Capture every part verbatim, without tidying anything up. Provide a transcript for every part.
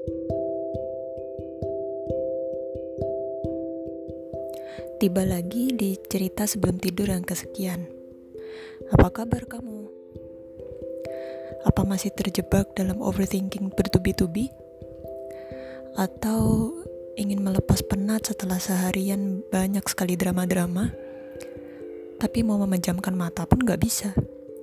Tiba lagi di cerita sebelum tidur yang kesekian. Apa kabar kamu? Apa masih terjebak dalam overthinking bertubi-tubi? Atau ingin melepas penat setelah seharian banyak sekali drama-drama, tapi mau memejamkan mata pun gak bisa?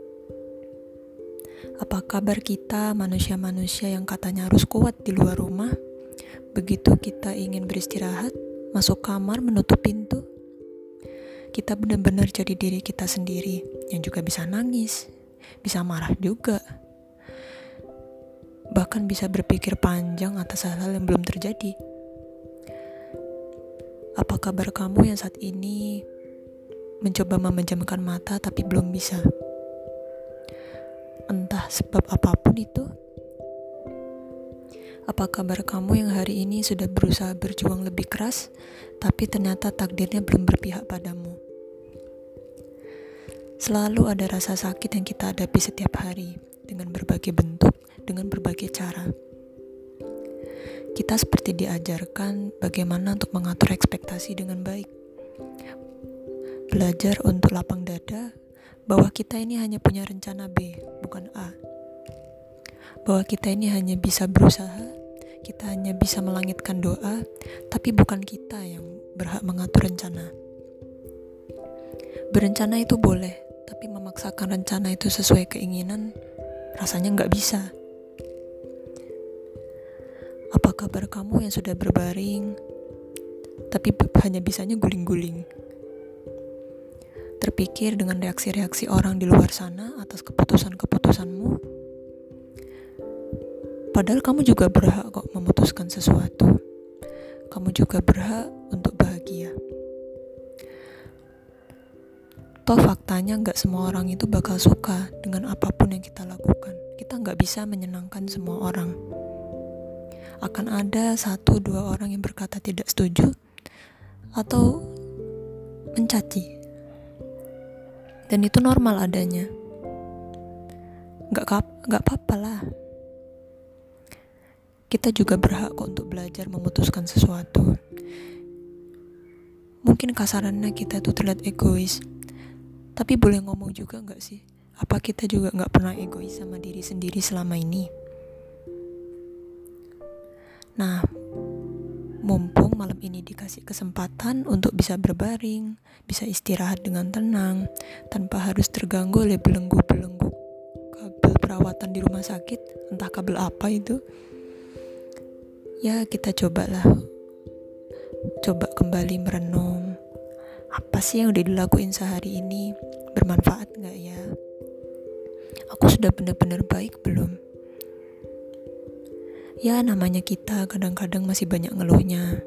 Apa kabar kita manusia-manusia yang katanya harus kuat di luar rumah? Begitu kita ingin beristirahat, masuk kamar menutup pintu, kita benar-benar jadi diri kita sendiri yang juga bisa nangis, bisa marah juga, bahkan bisa berpikir panjang atas hal-hal yang belum terjadi. Apa kabar kamu yang saat ini mencoba memejamkan mata tapi belum bisa? Entah sebab apapun itu. Apa kabar kamu yang hari ini sudah berusaha berjuang lebih keras, tapi ternyata takdirnya belum berpihak padamu? Selalu ada rasa sakit yang kita hadapi setiap hari, dengan berbagai bentuk, dengan berbagai cara. Kita seperti diajarkan bagaimana untuk mengatur ekspektasi dengan baik. Belajar untuk lapang dada, bahwa kita ini hanya punya rencana B, bukan A. Bahwa kita ini hanya bisa berusaha, kita hanya bisa melangitkan doa, tapi bukan kita yang berhak mengatur rencana. Berencana itu boleh, tapi memaksakan rencana itu sesuai keinginan, rasanya nggak bisa. Apa kabar kamu yang sudah berbaring, tapi hanya bisanya guling-guling? Terpikir dengan reaksi-reaksi orang di luar sana atas keputusan-keputusanmu? Padahal kamu juga berhak kok memutuskan sesuatu. Kamu juga berhak untuk bahagia. Toh faktanya gak semua orang itu bakal suka dengan apapun yang kita lakukan. Kita gak bisa menyenangkan semua orang. Akan ada satu dua orang yang berkata tidak setuju atau mencaci. Dan itu normal adanya. Gak, gak apa-apa lah. Kita juga berhak kok untuk belajar memutuskan sesuatu. Mungkin kasarannya kita itu terlihat egois, tapi boleh ngomong juga gak sih? Apa kita juga gak pernah egois sama diri sendiri selama ini? Nah, mumpung malam ini dikasih kesempatan untuk bisa berbaring, bisa istirahat dengan tenang, tanpa harus terganggu oleh belenggu-belenggu kabel perawatan di rumah sakit, entah kabel apa itu. Ya, kita cobalah coba kembali merenung. Apa sih yang udah dilakuin sehari ini? Bermanfaat gak ya? Aku sudah benar-benar baik belum? Ya, namanya kita kadang-kadang masih banyak ngeluhnya.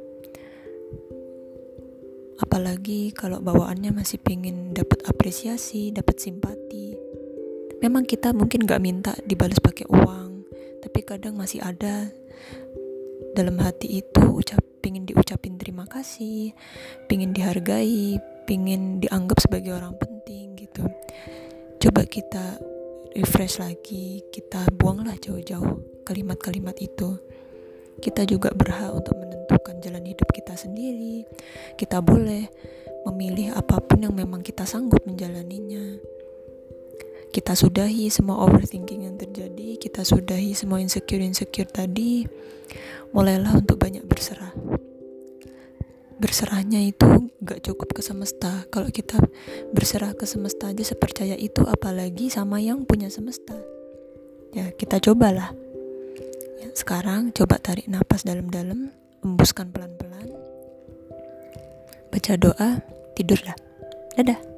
Apalagi kalau bawaannya masih pingin dapat apresiasi, dapat simpati. Memang kita mungkin gak minta dibalas pakai uang, tapi kadang masih ada dalam hati itu ucap, pingin diucapin terima kasih, pingin dihargai, pingin dianggap sebagai orang penting gitu. Coba kita refresh lagi, kita buanglah jauh-jauh kalimat-kalimat itu. Kita juga berhak untuk menentukan jalan hidup kita sendiri. Kita boleh memilih apapun yang memang kita sanggup menjalaninya. Kita sudahi semua overthinking yang terjadi, kita sudahi semua insecure-insecure tadi. Mulailah untuk banyak berserah. Berserahnya itu gak cukup ke semesta. Kalau kita berserah ke semesta aja sepercaya itu, apalagi sama yang punya semesta. Ya, kita cobalah. Ya, sekarang coba tarik napas dalam-dalam, embuskan pelan-pelan, baca doa, tidurlah. Dadah.